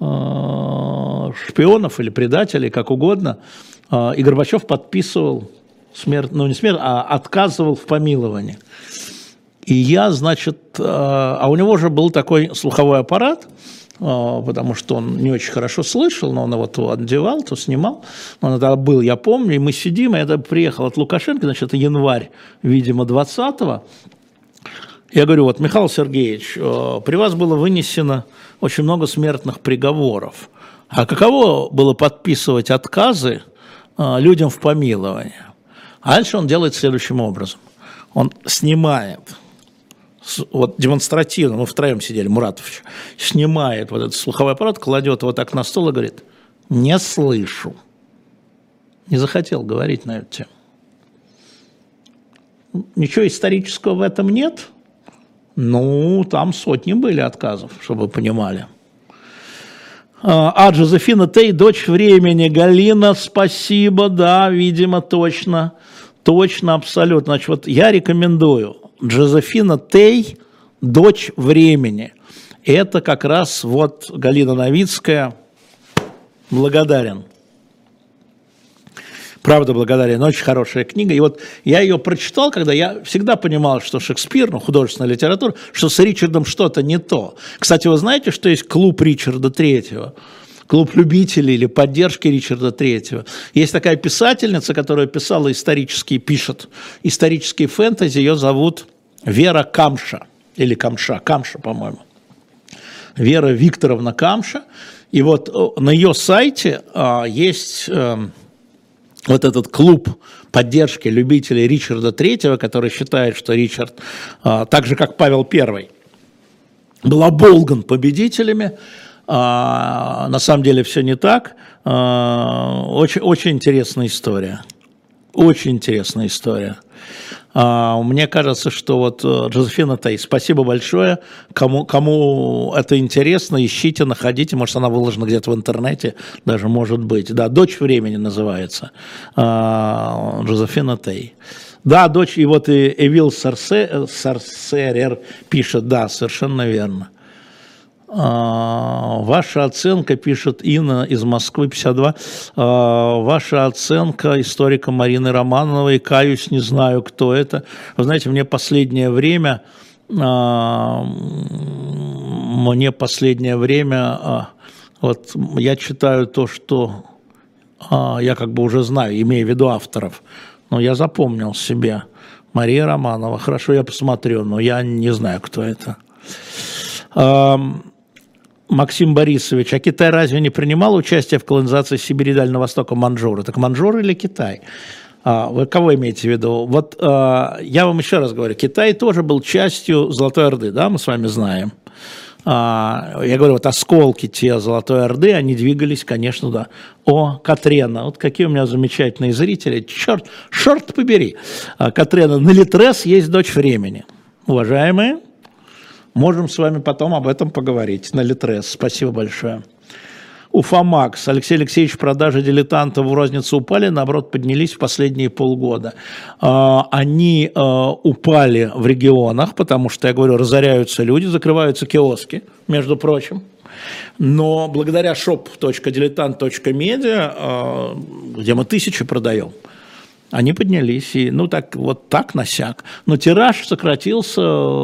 шпионов или предателей, как угодно, и Горбачев подписывал смерть, ну не смерть, а отказывал в помиловании. И я, значит, а у него же был такой слуховой аппарат, потому что он не очень хорошо слышал, но он его то одевал, то снимал. Он это был, я помню, и мы сидим, и я приехал от Лукашенко, значит, это январь, видимо, 20-го. Я говорю, вот, Михаил Сергеевич, при вас было вынесено очень много смертных приговоров. А каково было подписывать отказы людям в помиловании? А дальше он делает следующим образом. Он снимает, вот демонстративно, мы втроем сидели, Муратович, снимает вот этот слуховой аппарат, кладет его так на стол и говорит, не слышу. Не захотел говорить на эту тему. Ничего исторического в этом нет. Ну, там сотни были отказов, чтобы вы понимали. Джозефина Тей, дочь времени. Галина, спасибо, да, видимо, точно. Точно, абсолютно. Значит, вот я рекомендую. Джозефина Тей, дочь времени. Это как раз вот Галина Новицкая. Благодарен. Правда благодарен, очень хорошая книга. И вот я ее прочитал, когда я всегда понимал, что Шекспир, ну, художественная литература, что с Ричардом что-то не то. Кстати, вы знаете, что есть клуб Ричарда Третьего? Клуб любителей или поддержки Ричарда Третьего. Есть такая писательница, которая писала пишет исторические фэнтези, ее зовут Вера Камша, или Камша, по-моему. Вера Викторовна Камша. И вот на ее сайте есть вот этот клуб поддержки любителей Ричарда Третьего, который считает, что Ричард, так же как Павел I, был оболган победителями. На самом деле все не так. Очень, очень интересная история. Очень интересная история. Мне кажется, что вот Джозефина Тей, спасибо большое. Кому это интересно, ищите, находите. Может, она выложена где-то в интернете, даже может быть. Да, «Дочь времени» называется. Джозефина Тей. Да, дочь, и вот и Эвил Сарсерер пишет, да, совершенно верно. Ваша оценка, пишет Инна из Москвы, 52, ваша оценка историка Марины Романовой, каюсь, не знаю, кто это. Вы знаете, мне последнее время, вот я читаю то, что я как бы уже знаю, имея в виду авторов, но я запомнил себе. Мария Романова, хорошо, я посмотрю, но я не знаю, кто это. Максим Борисович, а Китай разве не принимал участие в колонизации Сибири и Дальнего Востока маньчжуры? Так маньчжуры или Китай? Вы кого имеете в виду? Вот я вам еще раз говорю, Китай тоже был частью Золотой Орды, да, мы с вами знаем. Я говорю, вот осколки те Золотой Орды, они двигались, конечно, да. Катрена, вот какие у меня замечательные зрители, черт побери. Катрена, на Литрес есть «Дочь времени». Уважаемые, можем с вами потом об этом поговорить на Литрес. Спасибо большое. Уфамакс. Алексей Алексеевич, продажи дилетантов в рознице упали, наоборот, поднялись в последние полгода. Они упали в регионах, потому что, я говорю, разоряются люди, закрываются киоски, между прочим. Но благодаря shop.diletant.media, где мы 1000 продаем, они поднялись, и, ну, так, вот так насяк. Но тираж сократился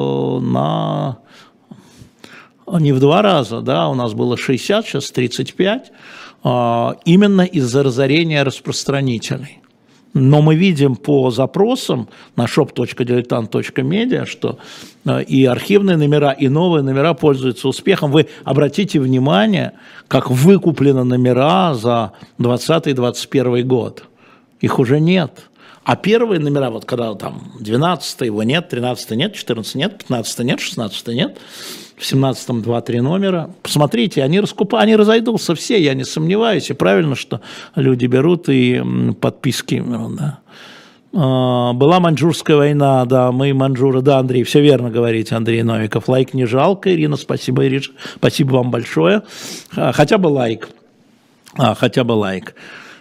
не в 2 раза, да, у нас было 60, сейчас 35, именно из-за разорения распространителей. Но мы видим по запросам на shop.diletant.media, что и архивные номера, и новые номера пользуются успехом. Вы обратите внимание, как выкуплены номера за 2020-2021 год. Их уже нет. А первые номера, вот когда там 12 его нет, 13 нет, 14 нет, 15 нет, 16 нет, в 17-м 2-3 номера. Посмотрите, они разойдутся все, я не сомневаюсь. И правильно, что люди берут и подписки. Да. Была маньчжурская война, да, мы маньчжуры, да, Андрей, все верно говорите, Андрей Новиков. Лайк не жалко, Ирина, спасибо, Ириш, спасибо вам большое. Хотя бы лайк. Хотя бы лайк.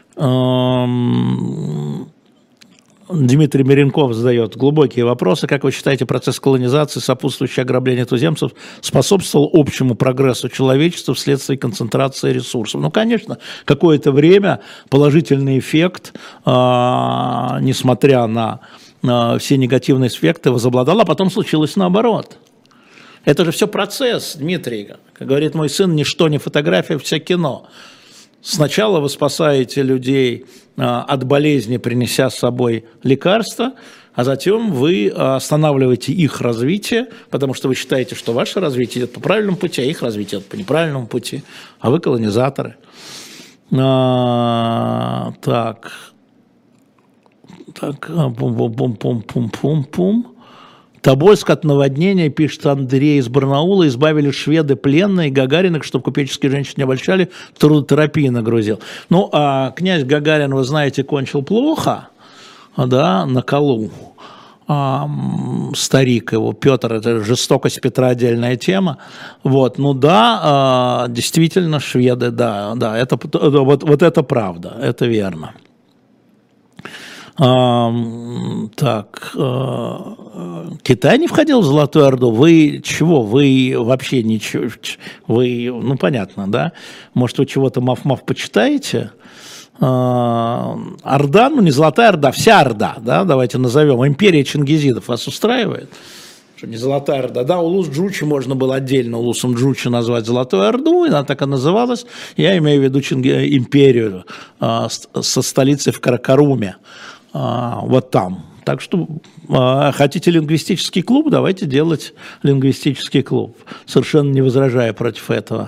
Дмитрий Миренков задает глубокие вопросы. Как вы считаете, процесс колонизации, сопутствующий ограблению туземцев, способствовал общему прогрессу человечества вследствие концентрации ресурсов? Ну, конечно, какое-то время положительный эффект, несмотря на все негативные эффекты, возобладал, а потом случилось наоборот. Это же все процесс, Дмитрий. Как говорит мой сын, ничто не фотография, все кино. Сначала вы спасаете людей от болезни, принеся с собой лекарства, а затем вы останавливаете их развитие, потому что вы считаете, что ваше развитие идет по правильному пути, а их развитие идет по неправильному пути, а вы колонизаторы. Так, пум-пум-пум-пум-пум-пум. Тобольск от наводнения, пишет Андрей из Барнаула, избавили шведы пленные Гагариных, чтобы купеческие женщины не обольщали, трудотерапии нагрузил. Ну, а князь Гагарин, вы знаете, кончил плохо, да, на колу. старик его, Петр, это жестокость Петра отдельная тема. Вот, ну да, действительно, шведы, да, вот это правда, это верно. Так, Китай не входил в Золотую Орду? Вы чего? Вы вообще ничего? Вы, ну понятно, да? Может, вы чего-то мав-мав почитаете? Орда, ну не Золотая Орда, вся Орда, да, давайте назовем, империя чингизидов вас устраивает? Что не Золотая Орда, да, Улус Джучи можно было отдельно Улусом Джучи назвать Золотую Орду, и она так и называлась, я имею в виду империю со столицей в Каракаруме, вот там. Так что хотите лингвистический клуб, давайте делать лингвистический клуб, совершенно не возражая против этого.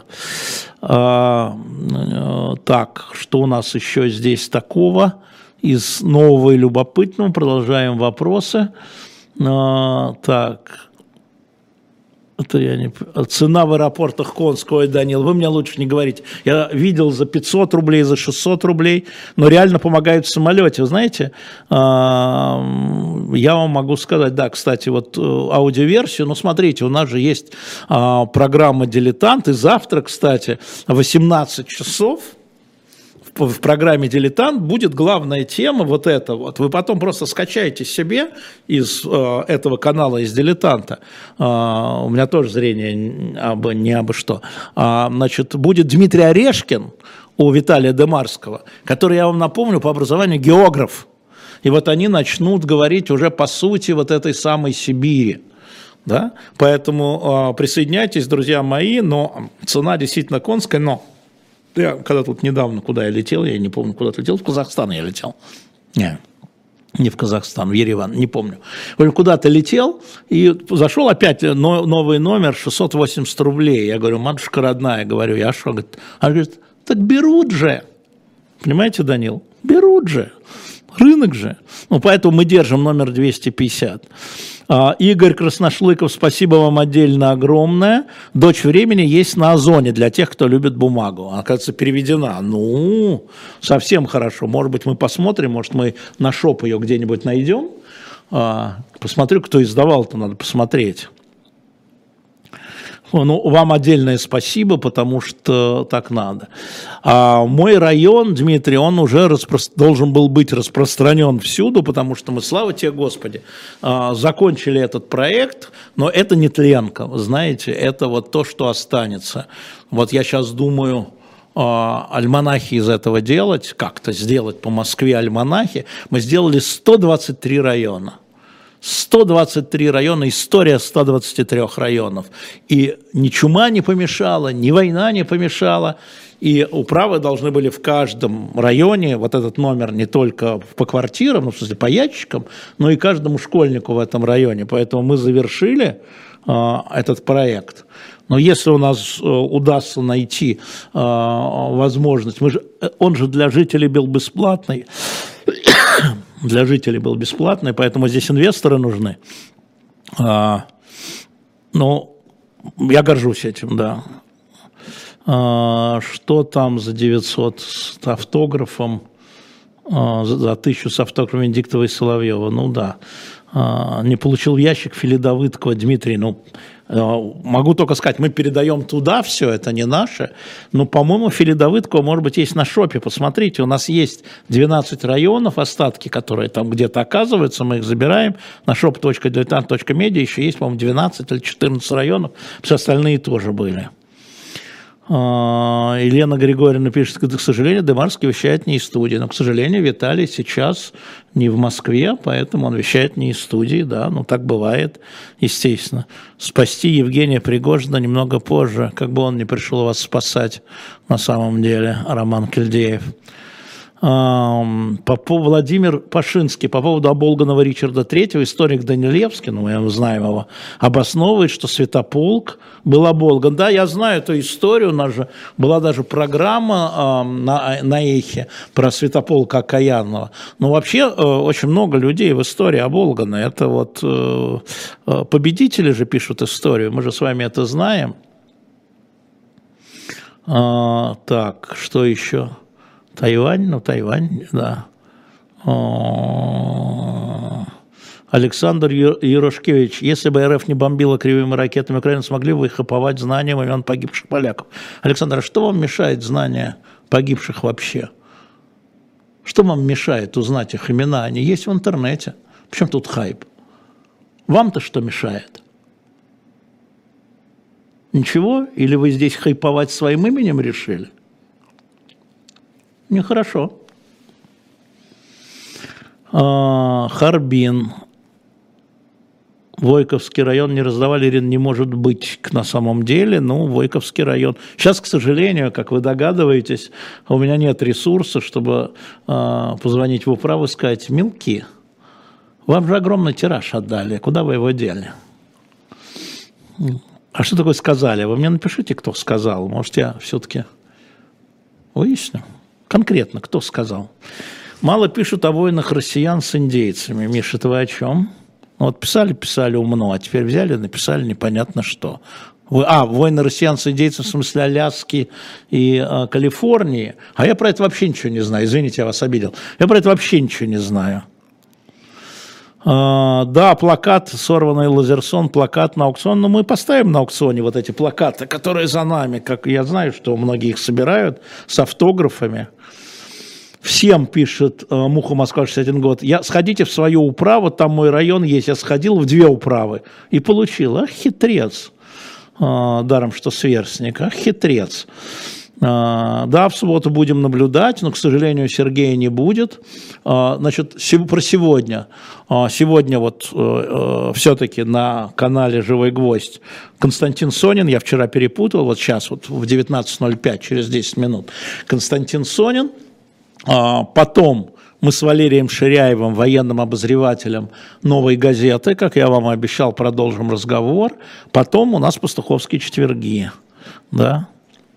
Так, что у нас еще здесь такого из нового и любопытного? Продолжаем вопросы. Так, это я не... Цена в аэропортах Конского, ой, Данил, вы мне лучше не говорите. Я видел за 500 рублей, за 600 рублей, но реально помогают в самолете. Вы знаете, я вам могу сказать, да, кстати, вот аудиоверсию, ну, смотрите, у нас же есть программа «Дилетант», и завтра, кстати, 18 часов в программе «Дилетант» будет главная тема вот эта вот. Вы потом просто скачаете себе из этого канала, из «Дилетанта». У меня тоже зрение не абы что. Значит, будет Дмитрий Орешкин у Виталия Демарского, который, я вам напомню, по образованию географ. И вот они начнут говорить уже по сути вот этой самой Сибири. Да? Поэтому присоединяйтесь, друзья мои, но цена действительно конская, но... Я когда тут недавно, куда я летел, я не помню, куда летел, в Казахстан я летел. Не в Казахстан, в Ереван, не помню. Куда-то летел и зашел опять новый номер, 680 рублей. Я говорю, матушка родная, говорю, я что? Она говорит, так берут же. Понимаете, Данил? Берут же. Рынок же. Ну, поэтому мы держим номер 250. Игорь Красношлыков, спасибо вам отдельно огромное. «Дочь времени» есть на Озоне для тех, кто любит бумагу. Она, кажется, переведена. Ну, совсем хорошо. Может быть, мы посмотрим, может, мы на шоп ее где-нибудь найдем. Посмотрю, кто издавал-то, надо посмотреть. Ну, вам отдельное спасибо, потому что так надо. Мой район, Дмитрий, он уже должен был быть распространен всюду, потому что мы, слава тебе, Господи, закончили этот проект, но это не тленка, вы знаете, это вот то, что останется. Вот я сейчас думаю... альманахи из этого делать, как-то сделать по Москве альманахи. Мы сделали 123 района. 123 района, история 123 районов. И ни чума не помешала, ни война не помешала. И управы должны были в каждом районе, вот этот номер не только по квартирам, ну, в смысле по ящикам, но и каждому школьнику в этом районе. Поэтому мы завершили этот проект. Но если у нас удастся найти возможность, он же для жителей был бесплатный, для жителей был бесплатный, поэтому здесь инвесторы нужны. Но я горжусь этим, да. Что там за 900 с автографом, за 1000 с автографом Венедиктова и Соловьева? Ну да. Не получил ящик Фили Давыдкова, Дмитрий, ну, могу только сказать, мы передаем туда все, это не наше, но, по-моему, Фили Давыдкова, может быть, есть на шопе, посмотрите, у нас есть 12 районов, остатки, которые там где-то оказываются, мы их забираем, на shop.diletant.media еще есть, по-моему, 12 или 14 районов, все остальные тоже были. Елена Григорьевна пишет, к сожалению, Демарский вещает не из студии. Но, к сожалению, Виталий сейчас не в Москве, поэтому он вещает не из студии, да, ну так бывает, естественно. Спасти Евгения Пригожина немного позже, как бы он не пришел вас спасать на самом деле, Роман Кельдеев. Владимир Пашинский по поводу оболганного Ричарда III, историк Данилевский, ну, мы знаем его, обосновывает, что Святополк был оболган. Да, я знаю эту историю, у нас же была даже программа на Эхе про Святополка Окаянного. Но вообще очень много людей в истории оболганы. Это вот победители же пишут историю, мы же с вами это знаем. Так, что еще? Тайвань, ну Тайвань, да. Александр Ярошкевич, если бы РФ не бомбила кривыми ракетами Украину, смогли бы вы хаповать знания имен погибших поляков? Александр, а что вам мешает знания погибших вообще? Что вам мешает узнать их имена? Они есть в интернете. Причем тут хайп? Вам-то что мешает? Ничего? Или вы здесь хайповать своим именем решили? Нехорошо. Харбин. Войковский район не раздавали, Ирина, не может быть на самом деле, ну, Войковский район. Сейчас, к сожалению, как вы догадываетесь, у меня нет ресурса, чтобы позвонить в управу и сказать, мелки, вам же огромный тираж отдали, куда вы его дели? А что такое сказали? Вы мне напишите, кто сказал, может, я все-таки выясню. Конкретно, кто сказал. Мало пишут о войнах россиян с индейцами. Миша, это вы о чем? Вот писали умно, а теперь взяли, написали непонятно что. Войны россиян с индейцами, в смысле Аляски и Калифорнии. А я про это вообще ничего не знаю. Извините, я вас обидел. Я про это вообще ничего не знаю. Да, плакат, сорванный Лазерсон, плакат на аукцион. Но мы поставим на аукционе вот эти плакаты, которые за нами. Как я знаю, что многие их собирают с автографами. Всем пишет Муха Москва 61 год. Сходите в свою управу, там мой район есть. Я сходил в 2 управы и получил. Ах, хитрец. Даром, что сверстник. Ах, хитрец. Да, в субботу будем наблюдать, но, к сожалению, Сергея не будет. Значит, про сегодня. Сегодня вот все-таки на канале «Живой гвоздь» Константин Сонин, я вчера перепутал, вот сейчас вот в 19:05, через 10 минут, Константин Сонин. Потом мы с Валерием Ширяевым, военным обозревателем «Новой газеты», как я вам обещал, продолжим разговор. Потом у нас пастуховские четверги. Да?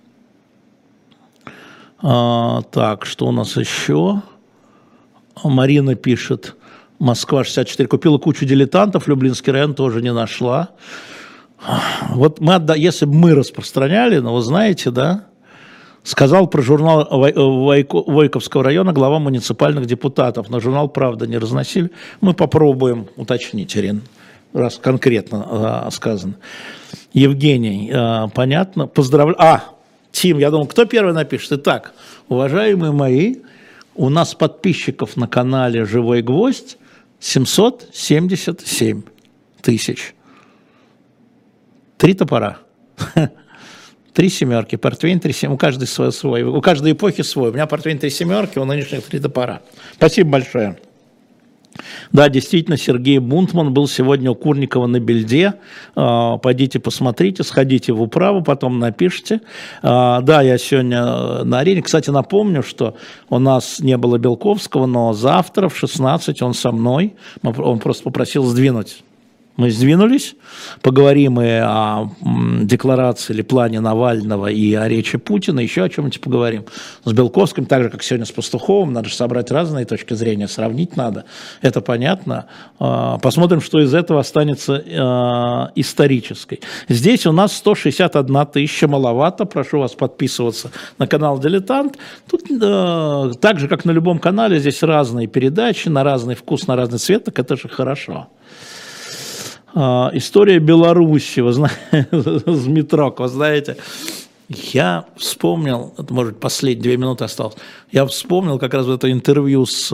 Так, что у нас еще? Марина пишет, Москва 64, купила кучу дилетантов, Люблинский район тоже не нашла. Вот если бы мы распространяли, ну вы знаете, да, сказал про журнал Войковского района глава муниципальных депутатов, но журнал «Правда» не разносили. Мы попробуем уточнить, Ирина, раз конкретно сказано. Евгений, понятно, поздравляю. Тим, я думал, кто первый напишет? Итак, уважаемые мои, у нас подписчиков на канале «Живой гвоздь» 777 тысяч. 3 топора. 3 семерки, портвейн 3 семерки, у каждой свой, у каждой эпохи свой. У меня портвейн 3 семерки, у нынешних 3 топора. Спасибо большое. Да, действительно, Сергей Бунтман был сегодня у Курникова на Бельде. Пойдите посмотрите, сходите в управу, потом напишите. Да, я сегодня на арене. Кстати, напомню, что у нас не было Белковского, но завтра в 16 он со мной. Он просто попросил сдвинуть. Мы сдвинулись, поговорим и о декларации или плане Навального, и о речи Путина, еще о чем-нибудь поговорим. С Белковским, так же, как сегодня с Пастуховым, надо же собрать разные точки зрения, сравнить надо, это понятно. Посмотрим, что из этого останется исторической. Здесь у нас 161 тысяча, маловато, прошу вас подписываться на канал «Дилетант». Тут так же, как на любом канале, здесь разные передачи, на разный вкус, на разный цвет, так это же хорошо. История Беларуси, вы знаете, Змитрок, вы знаете, я вспомнил, это, может быть, последние 2 минуты осталось, я вспомнил как раз в это интервью с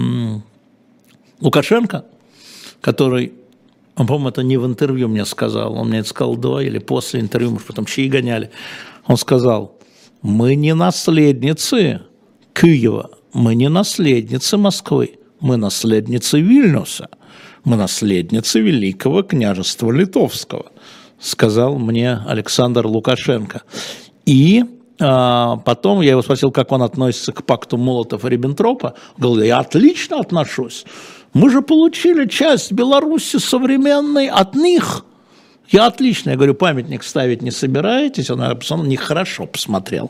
Лукашенко, который, по-моему, это не в интервью мне сказал, он мне это сказал до или после интервью, может, потом чаи гоняли, он сказал, мы не наследницы Киева, мы не наследницы Москвы, мы наследницы Вильнюса. Мы наследницы Великого княжества Литовского, сказал мне Александр Лукашенко. И потом я его спросил, как он относится к пакту Молотова-Риббентропа. Он говорил, я отлично отношусь. Мы же получили часть Беларуси современной от них. Я отлично. Я говорю, памятник ставить не собираетесь? Он нехорошо посмотрел.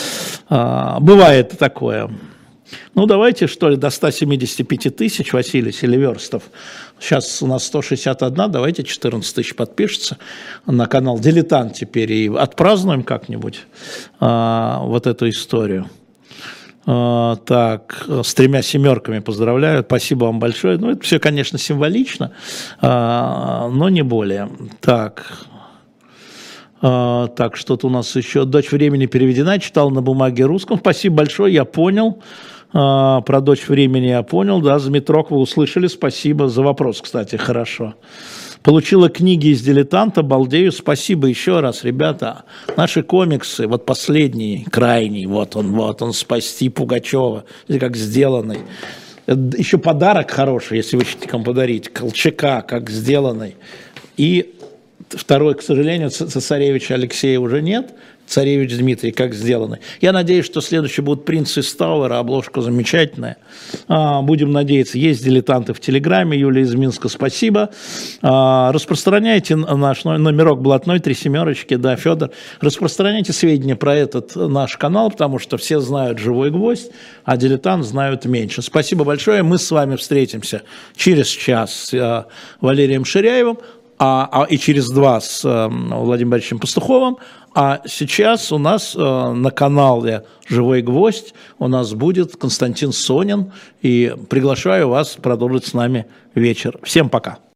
Бывает такое. Ну, давайте, что ли, до 175 тысяч, Василий Селиверстов. Сейчас у нас 161, давайте 14 тысяч подпишется на канал «Дилетант» теперь. И отпразднуем как-нибудь вот эту историю. Так, с 3 семерками поздравляю, спасибо вам большое. Ну, это все, конечно, символично, но не более. Так, что-то у нас еще. «Дочь времени» переведена, читал на бумаге русском. Спасибо большое, я понял. Про «Дочь времени» я понял, да, Змитрок вы услышали, спасибо за вопрос, кстати, хорошо. Получила книги из «Дилетанта», балдею, спасибо еще раз, ребята. Наши комиксы, вот последний, крайний, вот он, «Спасти Пугачева», как сделанный. Еще подарок хороший, если вы хотите кому подарить, Колчака, как сделанный. И второй, к сожалению, цесаревича Алексея уже нет, царевич Дмитрий, как сделаны. Я надеюсь, что следующие будут «Принц из Тауэра», обложка замечательная. Будем надеяться. Есть «Дилетанты» в Телеграме, Юлия из Минска, спасибо. Распространяйте наш номерок блатной, 3 семерочки, да, Федор. Распространяйте сведения про этот наш канал, потому что все знают «Живой гвоздь», а «Дилетант» знают меньше. Спасибо большое. Мы с вами встретимся через час с Валерием Ширяевым, и через 2 с Владимиром Борисовичем Пастуховым. А сейчас у нас на канале «Живой гвоздь» у нас будет Константин Сонин. И приглашаю вас продолжить с нами вечер. Всем пока.